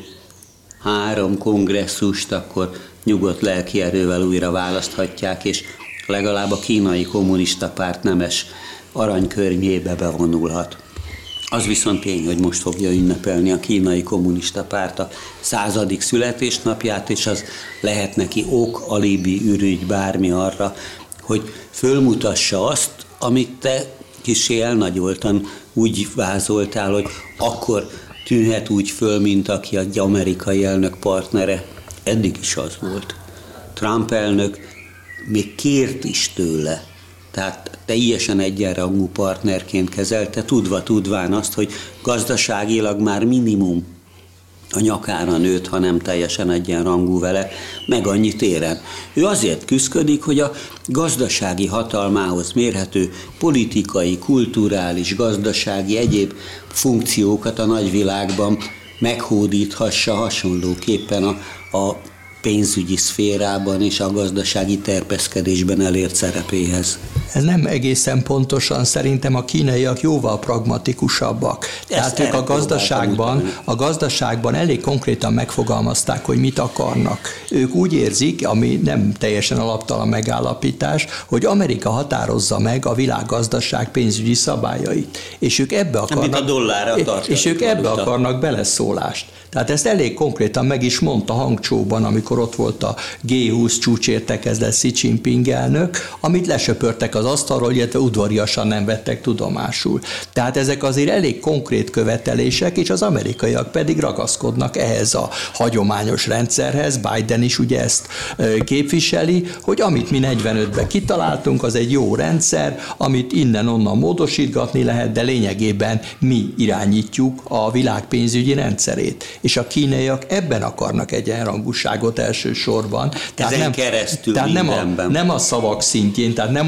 3 kongresszust, akkor nyugodt lelki erővel újra választhatják, és legalább a kínai kommunista párt nemes aranykörnyébe bevonulhat. Az viszont tény, hogy most fogja ünnepelni a kínai kommunista párt a 100. születésnapját, és az lehet neki ok, alibi, ürügy, bármi arra, hogy fölmutassa azt, amit te kissé elnagyoltan úgy vázoltál, hogy akkor tűnhet úgy föl, mint aki egy amerikai elnök partnere. Eddig is az volt. Trump elnök még kért is tőle, tehát teljesen egyenrangú partnerként kezelte, tudván azt, hogy gazdaságilag már minimum a nyakára nőtt, ha nem teljesen egyenrangú vele, meg annyi téren. Ő azért küszködik, hogy a gazdasági hatalmához mérhető politikai, kulturális, gazdasági, egyéb funkciókat a nagyvilágban meghódíthassa hasonlóképpen a pénzügyi szférában és a gazdasági terpeszkedésben elért szerepéhez. Ez nem egészen pontosan, szerintem a kínaiak jóval pragmatikusabbak. Tehát ők a gazdaságban elég konkrétan megfogalmazták, hogy mit akarnak. Ők úgy érzik, ami nem teljesen alaptalan megállapítás, hogy Amerika határozza meg a világgazdaság pénzügyi szabályait. És ők ebbe akarnak beleszólást. Tehát ezt elég konkrétan meg is mondta Hangzsouban, amikor ott volt a G20 csúcsértekezlet Xi Jinping elnök, amit lesöpörtek az asztalról, illetve udvariasan nem vettek tudomásul. Tehát ezek azért elég konkrét követelések, és az amerikaiak pedig ragaszkodnak ehhez a hagyományos rendszerhez. Biden is ugye ezt képviseli, hogy amit mi 45-ben kitaláltunk, az egy jó rendszer, amit innen-onnan módosítgatni lehet, de lényegében mi irányítjuk a világ pénzügyi rendszerét. És a kínaiak ebben akarnak egyenrangúságot elsősorban. Tehát nem a szavak szintjén, tehát nem olyanok,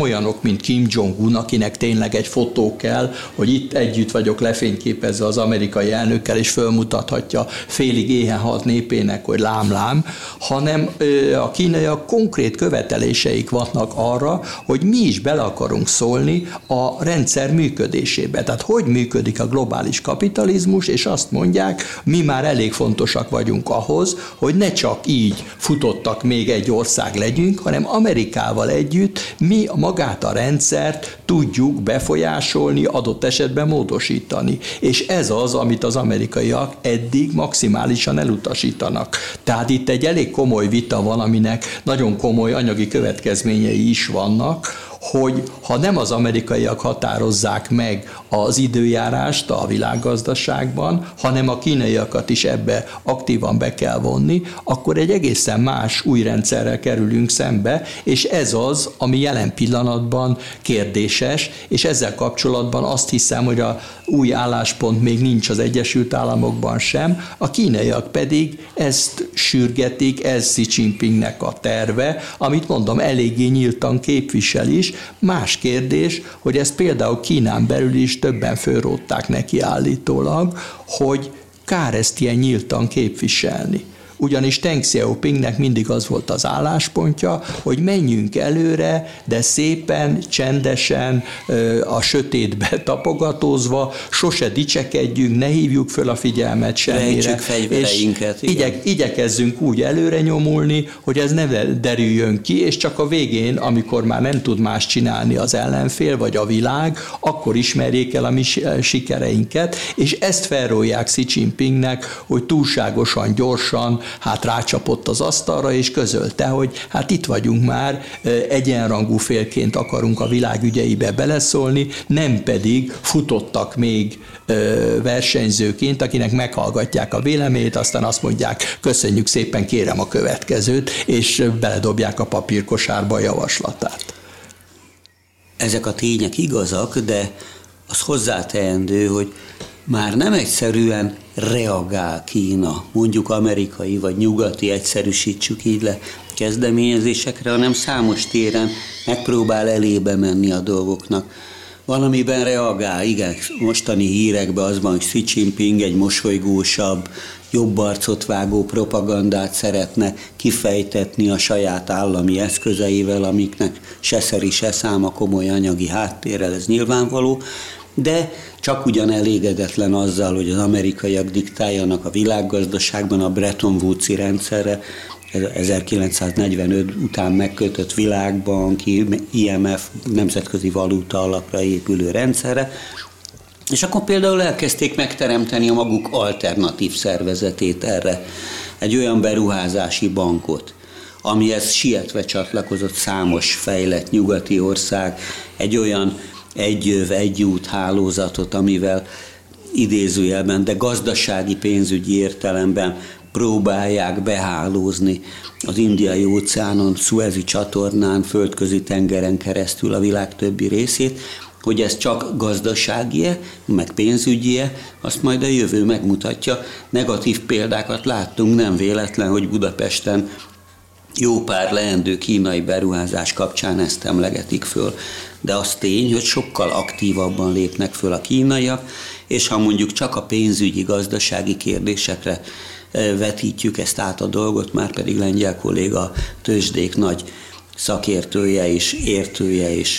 mint Kim Jong-un, akinek tényleg egy fotó kell, hogy itt együtt vagyok lefényképezve az amerikai elnökkel, és fölmutathatja félig éhen halt népének, hogy lám-lám, hanem a kínaiak konkrét követeléseik vannak arra, hogy mi is bele akarunk szólni a rendszer működésébe. Tehát hogy működik a globális kapitalizmus, és azt mondják, mi már elég fontosak vagyunk ahhoz, hogy ne csak így futottak még egy ország legyünk, hanem Amerikával együtt mi magát a rendszert tudjuk befolyásolni, adott esetben módosítani. És ez az, amit az amerikaiak eddig maximálisan elutasítanak. Tehát itt egy elég komoly vita van, aminek nagyon komoly anyagi következményei is vannak, hogy ha nem az amerikaiak határozzák meg az időjárást a világgazdaságban, hanem a kínaiakat is ebbe aktívan be kell vonni, akkor egy egészen más új rendszerrel kerülünk szembe, és ez az, ami jelen pillanatban kérdéses, és ezzel kapcsolatban azt hiszem, hogy a új álláspont még nincs az Egyesült Államokban sem, a kínaiak pedig ezt sürgetik, ez Xi Jinpingnek a terve, amit mondom, eléggé nyíltan képvisel is. Más kérdés, hogy ezt például Kínán belül is többen fölrótták neki állítólag, hogy kár ezt ilyen nyíltan képviselni. Ugyanis Deng Xiaopingnek mindig az volt az álláspontja, hogy menjünk előre, de szépen, csendesen, a sötétbe tapogatózva, sose dicsekedjünk, ne hívjuk föl a figyelmet semmire. Rejtsük fegyvereinket. És igyekezzünk úgy előre nyomulni, hogy ez ne derüljön ki, és csak a végén, amikor már nem tud más csinálni az ellenfél, vagy a világ, akkor ismerjék el a mi sikereinket, és ezt felrólják Xi Jinpingnek, hogy túlságosan gyorsan rácsapott az asztalra, és közölte, hogy itt vagyunk már, egyenrangú félként akarunk a világ ügyeibe beleszólni, nem pedig futottak még versenyzőként, akinek meghallgatják a véleményét, aztán azt mondják, köszönjük szépen, kérem a következőt, és beledobják a papírkosárba a javaslatát. Ezek a tények igazak, de az hozzáteendő, hogy már nem egyszerűen reagál Kína, mondjuk amerikai vagy nyugati, egyszerűsítsük így le, kezdeményezésekre, hanem számos téren megpróbál elébe menni a dolgoknak. Valamiben reagál, igen, mostani hírekben az van, hogy Xi Jinping egy mosolygósabb, jobb arcot vágó propagandát szeretne kifejtetni a saját állami eszközeivel, amiknek se szeri, se száma komoly anyagi háttérrel, ez nyilvánvaló, de csak ugyan elégedetlen azzal, hogy az amerikaiak diktáljanak a világgazdaságban a Bretton Woods-i rendszerre, 1945 után megkötött világbank, IMF, nemzetközi valuta alapra épülő rendszerre, és akkor például elkezdték megteremteni a maguk alternatív szervezetét erre, egy olyan beruházási bankot, amihez sietve csatlakozott számos fejlett nyugati ország, egy olyan egyöv, egyút hálózatot, amivel idézőjelben, de gazdasági pénzügyi értelemben próbálják behálózni az Indiai óceánon, Szuezi csatornán, Földközi tengeren keresztül a világ többi részét, hogy ez csak gazdasági-e, meg pénzügyi-e, azt majd a jövő megmutatja. Negatív példákat láttunk, nem véletlen, hogy Budapesten jó pár leendő kínai beruházás kapcsán ezt emlegetik föl. De az tény, hogy sokkal aktívabban lépnek föl a kínaiak, és ha mondjuk csak a pénzügyi, gazdasági kérdésekre vetítjük ezt át a dolgot, már pedig lengyel kolléga tőzsdék nagy szakértője és értője és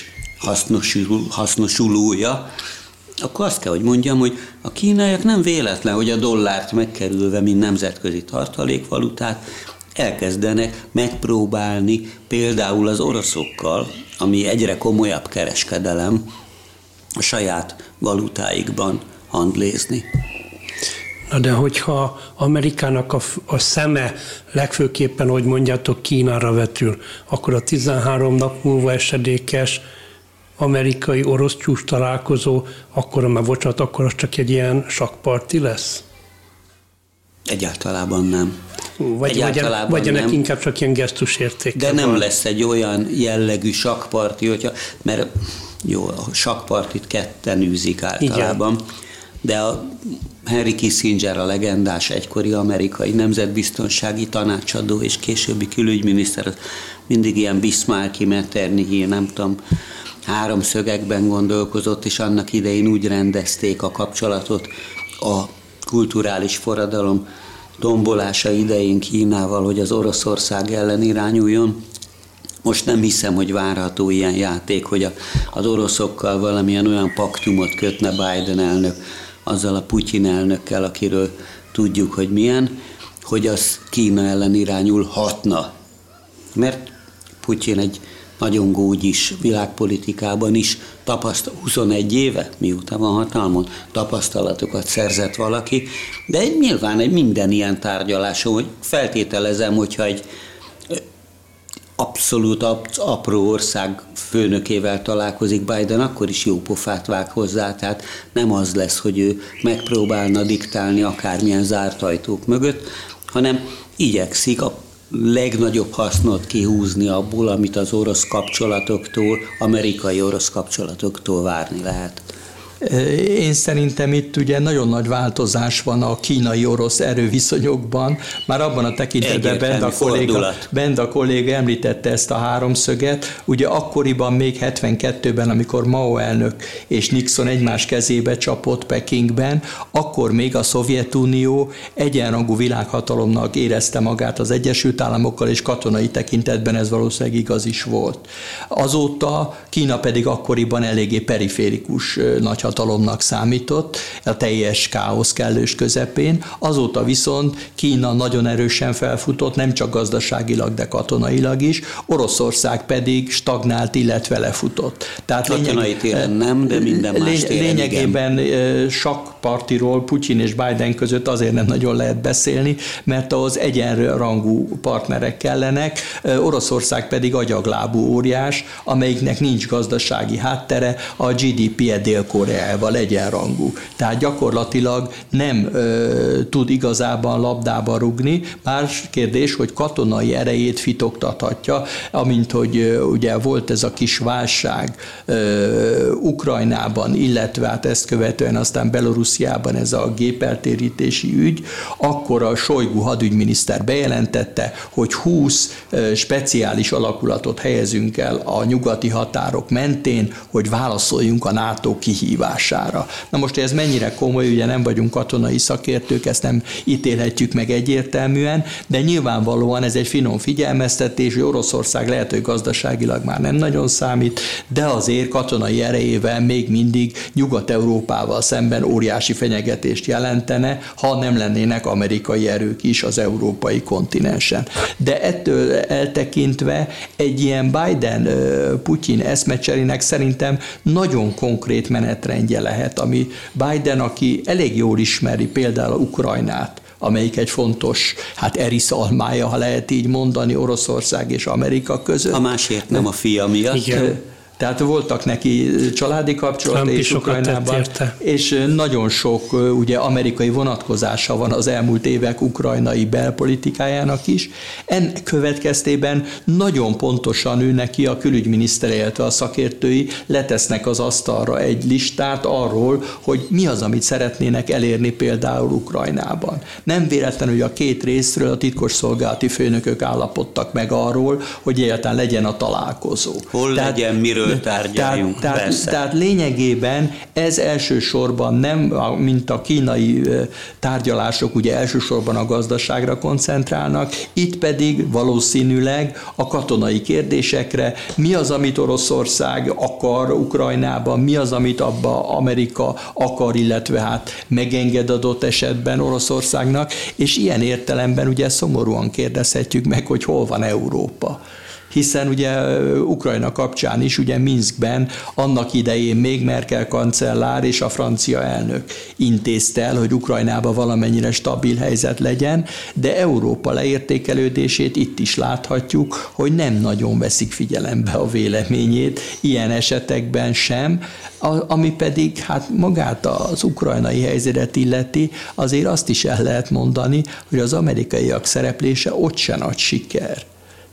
hasznosulója, akkor azt kell, hogy mondjam, hogy a kínaiak nem véletlen, hogy a dollárt megkerülve, mint nemzetközi tartalékvalutát, elkezdenek megpróbálni például az oroszokkal, ami egyre komolyabb kereskedelem, a saját valutáikban handlézni. Na de hogyha Amerikának a szeme legfőképpen, hogy mondjátok, Kínára vetül, akkor a 13 nap múlva esedékes amerikai-orosz csúcs találkozó, akkor az csak egy ilyen sakkparti lesz? Egyáltalán nem. Vagy ennek inkább csak ilyen gesztusértéke. De nem lesz egy olyan jellegű sakkparti, mert jó, a sakkpartit ketten űzik általában, igen. De a Henry Kissinger, a legendás egykori amerikai nemzetbiztonsági tanácsadó és későbbi külügyminiszter, mindig ilyen Bismarcki, Metternich, nem tudom, háromszögekben gondolkozott, és annak idején úgy rendezték a kapcsolatot a kulturális forradalom tombolása idején Kínával, hogy az Oroszország ellen irányuljon. Most nem hiszem, hogy várható ilyen játék, hogy az oroszokkal valamilyen olyan paktumot kötne Biden elnök azzal a Putyin elnökkel, akiről tudjuk, hogy milyen, hogy az Kína ellen irányulhatna. Mert Putyin egy nagyon gógyis világpolitikában is 21 éve, miután van hatalmon, tapasztalatokat szerzett valaki, de nyilván minden ilyen tárgyaláson, hogy feltételezem, hogyha egy abszolút apró ország főnökével találkozik Biden, akkor is jó pofát vág hozzá, tehát nem az lesz, hogy ő megpróbálna diktálni akármilyen zárt ajtók mögött, hanem igyekszik a legnagyobb hasznot kihúzni abból, amit az orosz kapcsolatoktól, amerikai orosz kapcsolatoktól várni lehet. Én szerintem itt ugye nagyon nagy változás van a kínai-orosz erőviszonyokban, már abban a tekintetben Benda kolléga említette ezt a háromszöget, ugye akkoriban még 72-ben, amikor Mao elnök és Nixon egymás kezébe csapott Pekingben, akkor még a Szovjetunió egyenrangú világhatalomnak érezte magát az Egyesült Államokkal, és katonai tekintetben ez valószínűleg igaz is volt. Azóta Kína pedig akkoriban eléggé periférikus nagyhatalomnak számított, a teljes káosz kellős közepén. Azóta viszont Kína nagyon erősen felfutott, nem csak gazdaságilag, de katonailag is, Oroszország pedig stagnált, illetve lefutott. Tehát katonai téren nem, de minden más téren lényegében sakkpartiról Putyin és Biden között azért nem nagyon lehet beszélni, mert ahhoz egyenrangú partnerek kellenek, Oroszország pedig agyaglábú óriás, amelyiknek nincs gazdasági háttere, a GDP-je Dél-Koreával egyenrangú. Tehát gyakorlatilag nem tud igazában labdába rugni. Más kérdés, hogy katonai erejét fitoktathatja, amint hogy ugye volt ez a kis válság Ukrajnában, illetve hát ezt követően aztán Belorussziában ez a gépeltérítési ügy, akkor a Sojgu hadügyminiszter bejelentette, hogy 20 speciális alakulatot helyezünk el a nyugati határok mentén, hogy válaszoljunk a NATO kihívására. Na most ez mennyire komoly, ugye nem vagyunk katonai szakértők, ezt nem ítélhetjük meg egyértelműen, de nyilvánvalóan ez egy finom figyelmeztetés, hogy Oroszország lehet, hogy gazdaságilag már nem nagyon számít, de azért katonai erejével még mindig Nyugat-Európával szemben óriási fenyegetést jelentene, ha nem lennének amerikai erők is az európai kontinensen. De ettől eltekintve egy ilyen Biden-Putyin eszmecserének szerintem nagyon konkrét menetrendje lehet, ami Biden, aki elég jól ismeri például Ukrajnát, amelyik egy fontos, eriszalmája, ha lehet így mondani, Oroszország és Amerika között. A másért nem a fia miatt. Igen. Tehát voltak neki családi kapcsolatai és Ukrajnában, és nagyon sok ugye amerikai vonatkozása van az elmúlt évek ukrajnai belpolitikájának is. Ennek következtében nagyon pontosan ő neki a külügyminiszter, illetve a szakértői letesznek az asztalra egy listát arról, hogy mi az, amit szeretnének elérni például Ukrajnában. Nem véletlen, hogy a két részről a titkosszolgálati főnökök állapodtak meg arról, hogy egyáltalán legyen a találkozó. Hol legyen, miről tárgyaljunk. Tehát lényegében ez elsősorban nem, mint a kínai tárgyalások, ugye elsősorban a gazdaságra koncentrálnak, itt pedig valószínűleg a katonai kérdésekre, mi az, amit Oroszország akar Ukrajnában, mi az, amit abba Amerika akar, illetve megenged adott esetben Oroszországnak, és ilyen értelemben ugye szomorúan kérdezhetjük meg, hogy hol van Európa. Hiszen ugye Ukrajna kapcsán is, ugye Minszkben annak idején még Merkel kancellár és a francia elnök intézte el, hogy Ukrajnában valamennyire stabil helyzet legyen, de Európa leértékelődését itt is láthatjuk, hogy nem nagyon veszik figyelembe a véleményét, ilyen esetekben sem, ami pedig magát az ukrajnai helyzetet illeti, azért azt is el lehet mondani, hogy az amerikaiak szereplése ott se nagy siker.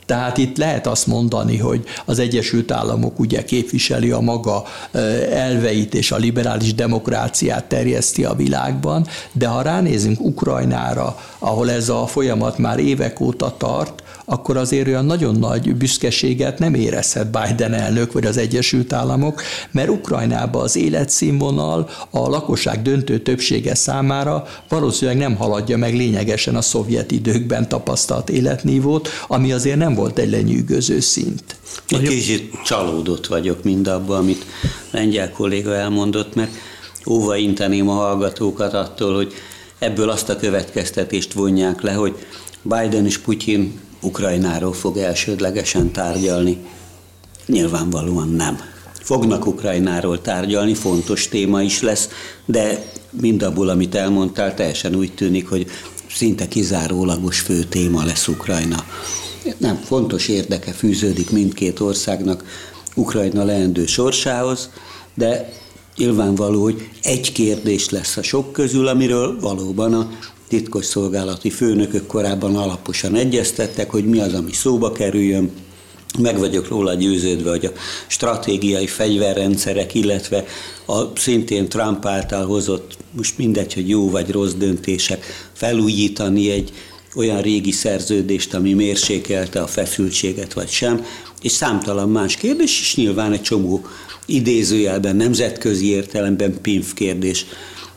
Tehát itt lehet azt mondani, hogy az Egyesült Államok ugye képviseli a maga elveit és a liberális demokráciát terjeszti a világban, de ha ránézünk Ukrajnára, ahol ez a folyamat már évek óta tart, akkor azért olyan nagyon nagy büszkeséget nem érezhet Biden elnök vagy az Egyesült Államok, mert Ukrajnában az életszínvonal a lakosság döntő többsége számára valószínűleg nem haladja meg lényegesen a szovjet időkben tapasztalt életnívót, ami azért nem volt egy lenyűgöző szint. Egy kicsit csalódott vagyok mindabban, amit lengyel kolléga elmondott, mert óvainteném a hallgatókat attól, hogy ebből azt a következtetést vonják le, hogy Biden és Putyin Ukrajnáról fog elsődlegesen tárgyalni. Nyilvánvalóan nem. Fognak Ukrajnáról tárgyalni, fontos téma is lesz, de mindabból, amit elmondtál, teljesen úgy tűnik, hogy szinte kizárólagos fő téma lesz Ukrajna. Nem, fontos érdeke fűződik mindkét országnak Ukrajna leendő sorsához, de nyilvánvaló, hogy egy kérdés lesz a sok közül, amiről valóban a titkosszolgálati főnökök korábban alaposan egyeztettek, hogy mi az, ami szóba kerüljön. Meg vagyok róla győződve, hogy a stratégiai fegyverrendszerek, illetve a szintén Trump által hozott, most mindegy, hogy jó vagy rossz döntések, felújítani egy olyan régi szerződést, ami mérsékelte a feszültséget vagy sem, és számtalan más kérdés, és nyilván egy idézőjelben nemzetközi értelemben PINF kérdés,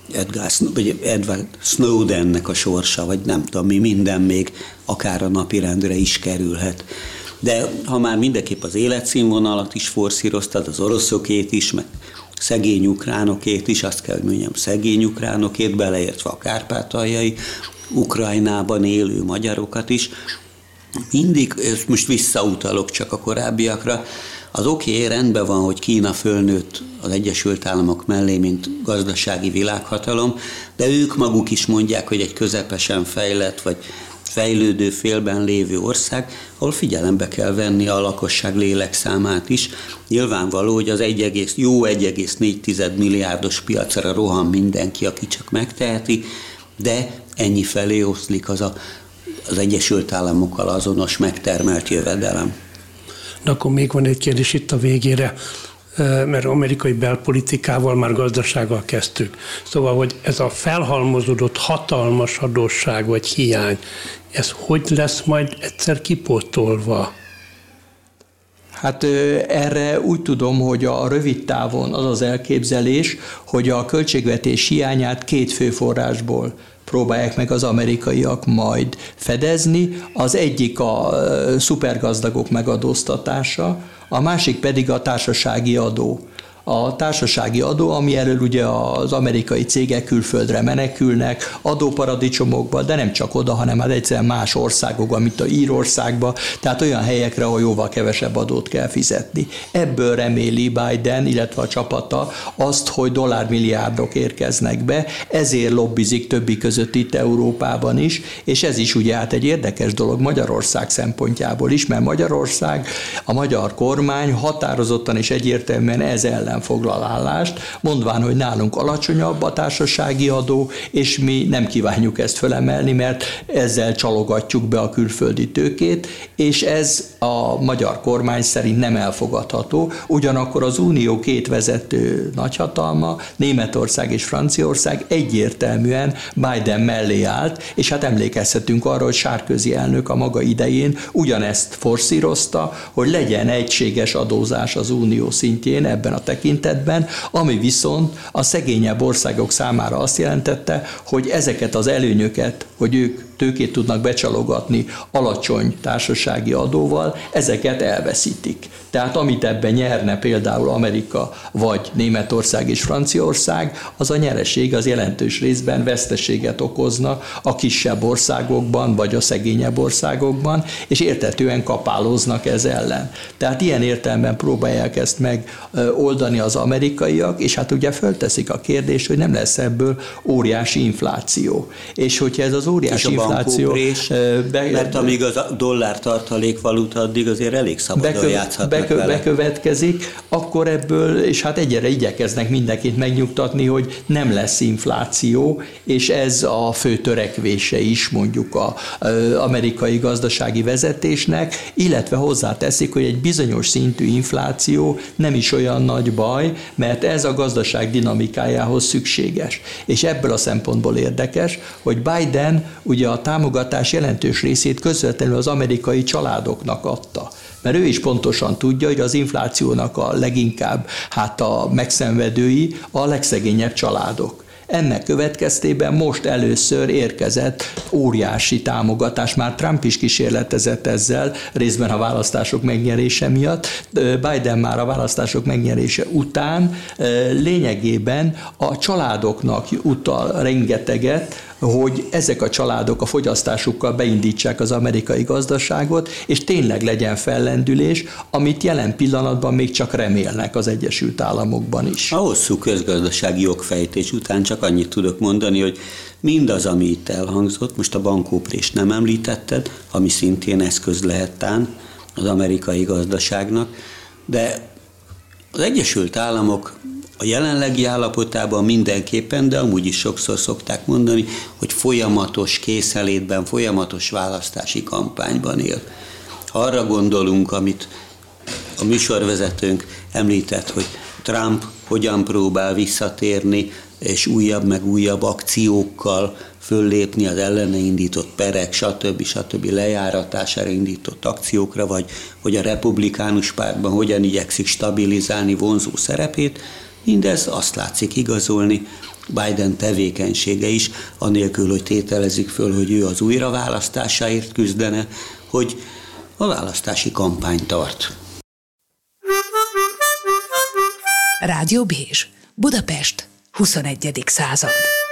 Edward Snowdennek a sorsa, vagy nem tudom mi, minden még akár a napirendre is kerülhet. De ha már mindenképp az életszínvonalat is forszíroztad, az oroszokét is, meg szegény ukránokét is, azt kell, hogy mondjam, szegény ukránokét, beleértve a kárpátaljai Ukrajnában élő magyarokat is, mindig, most visszautalok csak a korábbiakra, az oké, rendben van, hogy Kína fölnőtt az Egyesült Államok mellé, mint gazdasági világhatalom, de ők maguk is mondják, hogy egy közepesen fejlett vagy fejlődő félben lévő ország, ahol figyelembe kell venni a lakosság lélekszámát is. Nyilvánvaló, hogy az 1,4 milliárdos piacra rohan mindenki, aki csak megteheti, de ennyi felé oszlik az Egyesült Államokkal azonos megtermelt jövedelem. De akkor még van egy kérdés itt a végére, mert amerikai belpolitikával már gazdasággal kezdtük. Szóval, hogy ez a felhalmozódott hatalmas adósság vagy hiány, ez hogy lesz majd egyszer kipótolva? Hát erre úgy tudom, hogy a rövid távon az az elképzelés, hogy a költségvetés hiányát két fő forrásból próbálják meg az amerikaiak majd fedezni. Az egyik a szupergazdagok megadóztatása, a másik pedig a társasági adó. A társasági adó, ami elől ugye az amerikai cégek külföldre menekülnek, adóparadicsomokba, de nem csak oda, hanem hát egyszerűen más országokba, mint a Írországba, tehát olyan helyekre, ahol jóval kevesebb adót kell fizetni. Ebből reméli Biden, illetve a csapata azt, hogy dollármilliárdok érkeznek be, ezért lobbizik többi között itt Európában is, és ez is ugye hát egy érdekes dolog Magyarország szempontjából is, mert Magyarország, a magyar kormány határozottan és egyértelműen ez ellen foglal állást, mondván, hogy nálunk alacsonyabb a társasági adó, és mi nem kívánjuk ezt fölemelni, mert ezzel csalogatjuk be a külföldi tőkét, és ez a magyar kormány szerint nem elfogadható. Ugyanakkor az Unió két vezető nagyhatalma, Németország és Franciaország egyértelműen Biden mellé állt, és hát emlékezhetünk arra, hogy Sarkozy elnök a maga idején ugyanezt forszírozta, hogy legyen egységes adózás az Unió szintjén ebben a tekintetben, ami viszont a szegényebb országok számára azt jelentette, hogy ezeket az előnyöket, hogy ők tőkét tudnak becsalogatni alacsony társasági adóval, ezeket elveszítik. Tehát amit ebben nyerne például Amerika vagy Németország és Franciaország, az a nyereség az jelentős részben veszteséget okozna a kisebb országokban vagy a szegényebb országokban, és érthetően kapálóznak ez ellen. Tehát ilyen értelemben próbálják ezt megoldani az amerikaiak, és hát ugye fölteszik a kérdést, hogy nem lesz ebből óriási infláció. És hogyha ez az óriási infláció infláció. Mert amíg a dollár tartalékvaluta, addig azért elég szabadon játszhatnak vele. Bekövetkezik, akkor ebből, és hát egyre igyekeznek mindenkit megnyugtatni, hogy nem lesz infláció, és ez a fő törekvése is mondjuk az amerikai gazdasági vezetésnek, illetve hozzáteszik, hogy egy bizonyos szintű infláció nem is olyan nagy baj, mert ez a gazdaság dinamikájához szükséges. És ebből a szempontból érdekes, hogy Biden ugye a támogatás jelentős részét közvetlenül az amerikai családoknak adta. Mert ő is pontosan tudja, hogy az inflációnak a leginkább a megszenvedői a legszegényebb családok. Ennek következtében most először érkezett óriási támogatás, már Trump is kísérletezett ezzel, részben a választások megnyerése miatt. Biden már a választások megnyerése után lényegében a családoknak utal rengeteget, hogy ezek a családok a fogyasztásukkal beindítsák az amerikai gazdaságot, és tényleg legyen fellendülés, amit jelen pillanatban még csak remélnek az Egyesült Államokban is. A hosszú közgazdasági jogfejtés után csak annyit tudok mondani, hogy mindaz, ami itt elhangzott, most a bankóprést nem említetted, ami szintén eszköz lehet tán az amerikai gazdaságnak, de az Egyesült Államok a jelenlegi állapotában mindenképpen, de amúgy is sokszor szokták mondani, hogy folyamatos készenlétben, folyamatos választási kampányban él. Ha arra gondolunk, amit a műsorvezetőnk említett, hogy Trump hogyan próbál visszatérni, és újabb meg újabb akciókkal föllépni az ellene indított perek, stb. Lejáratására indított akciókra, vagy hogy a republikánus pártban hogyan igyekszik stabilizálni vonzó szerepét, mindez azt látszik igazolni, Biden tevékenysége is, anélkül, hogy tételezik föl, hogy ő az újraválasztásáért küzdene, hogy a választási kampány tart. Rádió Bézs, Budapest, 21. század.